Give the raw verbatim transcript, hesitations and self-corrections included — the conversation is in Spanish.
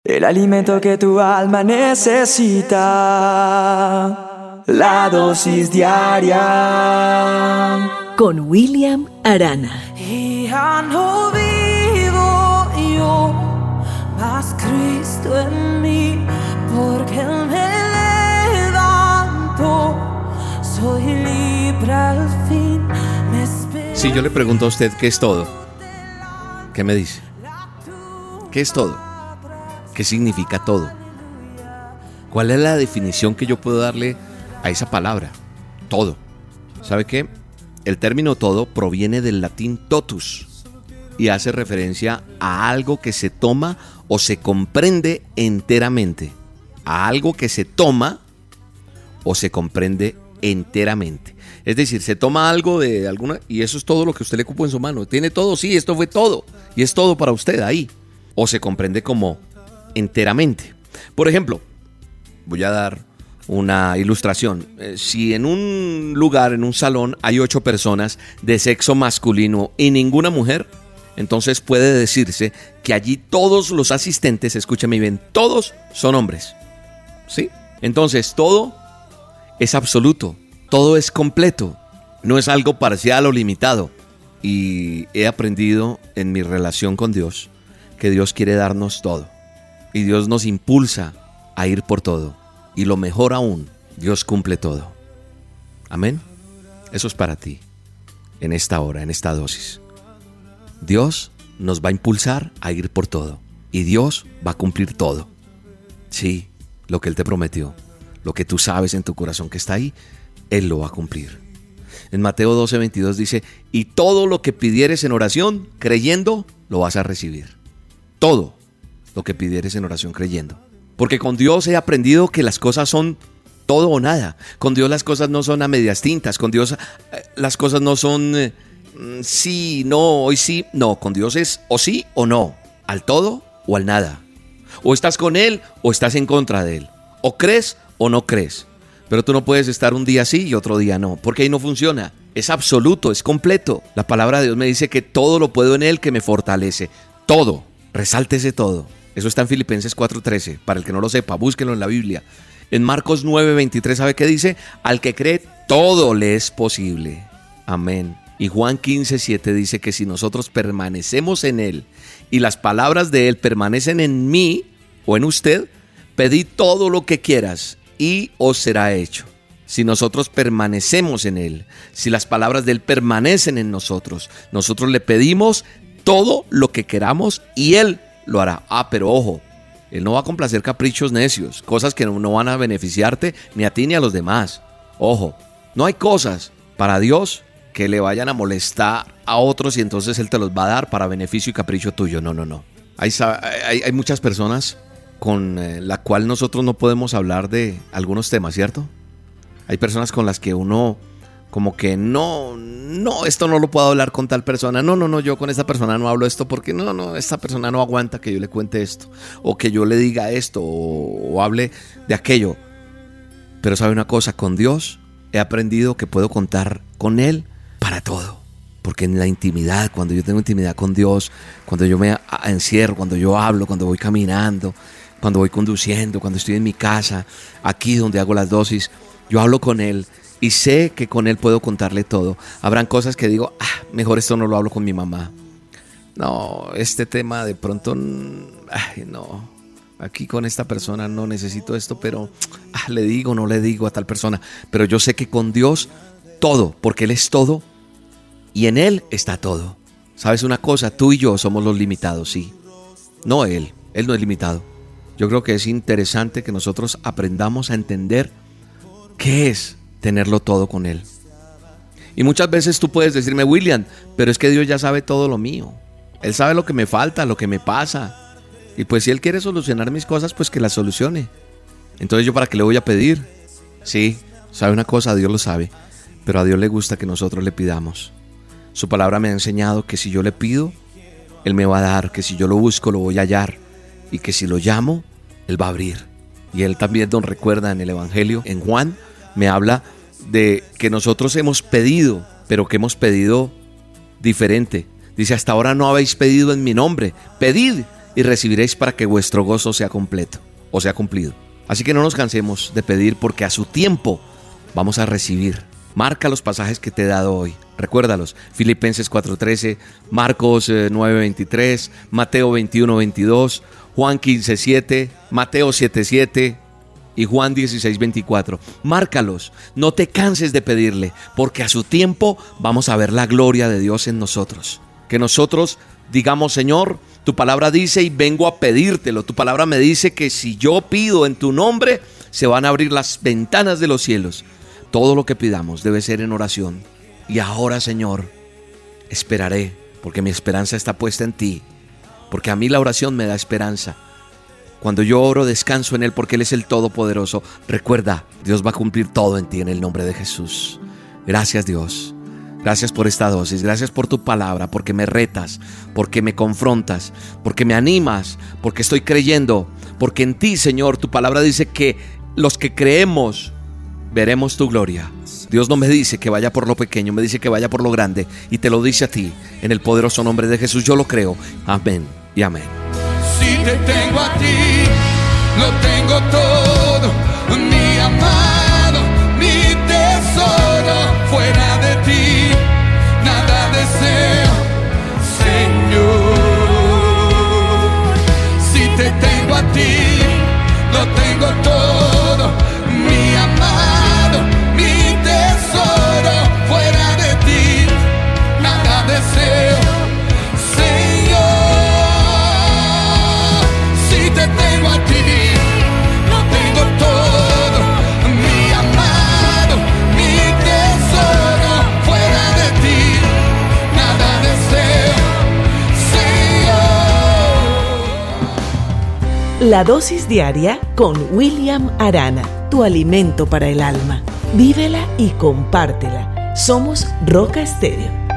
el alimento que tu alma necesita, la dosis diaria. Con William Arana. Y ya no vivo yo, mas Cristo en mí, porque Él me levantó, soy libre al fin. Me espera. Si yo le pregunto a usted qué es todo, ¿qué me dice? ¿Qué es todo? ¿Qué significa todo? ¿Cuál es la definición que yo puedo darle a esa palabra? Todo. ¿Sabe qué? El término todo proviene del latín totus y hace referencia a algo que se toma o se comprende enteramente. A algo que se toma o se comprende enteramente. Es decir, se toma algo de alguna y eso es todo lo que usted le cupo en su mano. ¿Tiene todo? Sí, esto fue todo. Y es todo para usted ahí. O se comprende como enteramente. Por ejemplo, voy a dar una ilustración. Eh, si en un lugar, en un salón, hay ocho personas de sexo masculino y ninguna mujer, entonces puede decirse que allí todos los asistentes, escúcheme bien, todos son hombres. ¿Sí? Entonces todo es absoluto, todo es completo, no es algo parcial o limitado. Y he aprendido en mi relación con Dios que Dios quiere darnos todo. Y Dios nos impulsa a ir por todo. Y lo mejor aún, Dios cumple todo. Amén. Eso es para ti, en esta hora, en esta dosis. Dios nos va a impulsar a ir por todo. Y Dios va a cumplir todo. Sí, lo que Él te prometió, lo que tú sabes en tu corazón que está ahí, Él lo va a cumplir. En Mateo doce veintidós dice, y todo lo que pidieres en oración, creyendo, lo vas a recibir. Todo lo que pidieres en oración, creyendo. Porque con Dios he aprendido que las cosas son todo o nada. Con Dios las cosas no son a medias tintas. Con Dios eh, las cosas no son eh, sí, no, hoy sí. No, con Dios es o sí o no. Al todo o al nada. O estás con Él o estás en contra de Él. O crees o no crees. Pero tú no puedes estar un día sí y otro día no. Porque ahí no funciona. Es absoluto, es completo. La palabra de Dios me dice que todo lo puedo en Él que me fortalece. Todo. Resáltese todo. Eso está en Filipenses cuatro trece. Para el que no lo sepa, búsquelo en la Biblia. En Marcos nueve veintitrés, ¿sabe qué dice? Al que cree, todo le es posible. Amén. Y Juan quince siete dice que si nosotros permanecemos en Él y las palabras de Él permanecen en mí o en usted, pedid todo lo que quieras y os será hecho. Si nosotros permanecemos en Él, si las palabras de Él permanecen en nosotros, nosotros le pedimos todo lo que queramos y Él lo hará. Ah, pero ojo, Él no va a complacer caprichos necios, cosas que no van a beneficiarte ni a ti ni a los demás. Ojo, no hay cosas para Dios que le vayan a molestar a otros y entonces Él te los va a dar para beneficio y capricho tuyo. No, no, no. Hay, hay, hay muchas personas con eh, la cual nosotros no podemos hablar de algunos temas, ¿cierto? Hay personas con las que uno como que no, no, esto no lo puedo hablar con tal persona. No, no, no, yo con esta persona no hablo esto porque no, no, esta persona no aguanta que yo le cuente esto o que yo le diga esto o, o hable de aquello. Pero sabe una cosa, con Dios he aprendido que puedo contar con Él para todo. Porque en la intimidad, cuando yo tengo intimidad con Dios, cuando yo me encierro, cuando yo hablo, cuando voy caminando, cuando voy conduciendo, cuando estoy en mi casa, aquí donde hago las dosis, yo hablo con Él y sé que con Él puedo contarle todo. Habrán cosas que digo, ah, mejor esto no lo hablo con mi mamá. No, este tema de pronto, ay, no, aquí con esta persona no necesito esto, pero ah, le digo, no le digo a tal persona. Pero yo sé que con Dios todo, porque Él es todo y en Él está todo. ¿Sabes una cosa? Tú y yo somos los limitados, sí. No Él, Él no es limitado. Yo creo que es interesante que nosotros aprendamos a entender qué es tenerlo todo con Él. Y muchas veces tú puedes decirme, William, pero es que Dios ya sabe todo lo mío. Él sabe lo que me falta, lo que me pasa. Y pues si Él quiere solucionar mis cosas, pues que las solucione. Entonces ¿yo para qué le voy a pedir? Sí, sabe una cosa, Dios lo sabe. Pero a Dios le gusta que nosotros le pidamos. Su palabra me ha enseñado que si yo le pido, Él me va a dar. Que si yo lo busco, lo voy a hallar. Y que si lo llamo, Él va a abrir. Y Él también nos recuerda en el Evangelio, en Juan, me habla de que nosotros hemos pedido, pero que hemos pedido diferente. Dice, hasta ahora no habéis pedido en mi nombre. Pedid y recibiréis para que vuestro gozo sea completo o sea cumplido. Así que no nos cansemos de pedir, porque a su tiempo vamos a recibir. Marca los pasajes que te he dado hoy. Recuérdalos: Filipenses cuatro trece, Marcos nueve veintitrés, Mateo veintiuno veintidós, Juan quince siete, Mateo siete siete y Juan dieciséis veinticuatro. Márcalos, no te canses de pedirle, porque a su tiempo vamos a ver la gloria de Dios en nosotros. Que nosotros digamos: Señor, tu palabra dice y vengo a pedírtelo. Tu palabra me dice que si yo pido en tu nombre, se van a abrir las ventanas de los cielos. Todo lo que pidamos debe ser en oración. Y ahora, Señor, esperaré, porque mi esperanza está puesta en ti. Porque a mí la oración me da esperanza. Cuando yo oro, descanso en Él, porque Él es el Todopoderoso. Recuerda, Dios va a cumplir todo en ti en el nombre de Jesús. Gracias, Dios. Gracias por esta dosis, gracias por tu palabra, porque me retas, porque me confrontas, porque me animas, porque estoy creyendo, porque en ti, Señor, tu palabra dice que los que creemos veremos tu gloria. Dios no me dice que vaya por lo pequeño, me dice que vaya por lo grande, y te lo dice a ti, en el poderoso nombre de Jesús. Yo lo creo. Amén y amén. Si te tengo a ti, lo tengo todo, mi amado, mi tesoro. Fuera de ti nada deseo, Señor. Si te tengo a ti, lo tengo todo, mi amado, mi tesoro. Fuera de ti nada deseo, Señor. Si te tengo a ti, lo tengo todo, mi amado, mi tesoro. Fuera de ti nada deseo, Señor. La dosis diaria con William Arana, tu alimento para el alma. Vívela y compártela. Somos Roca Estéreo.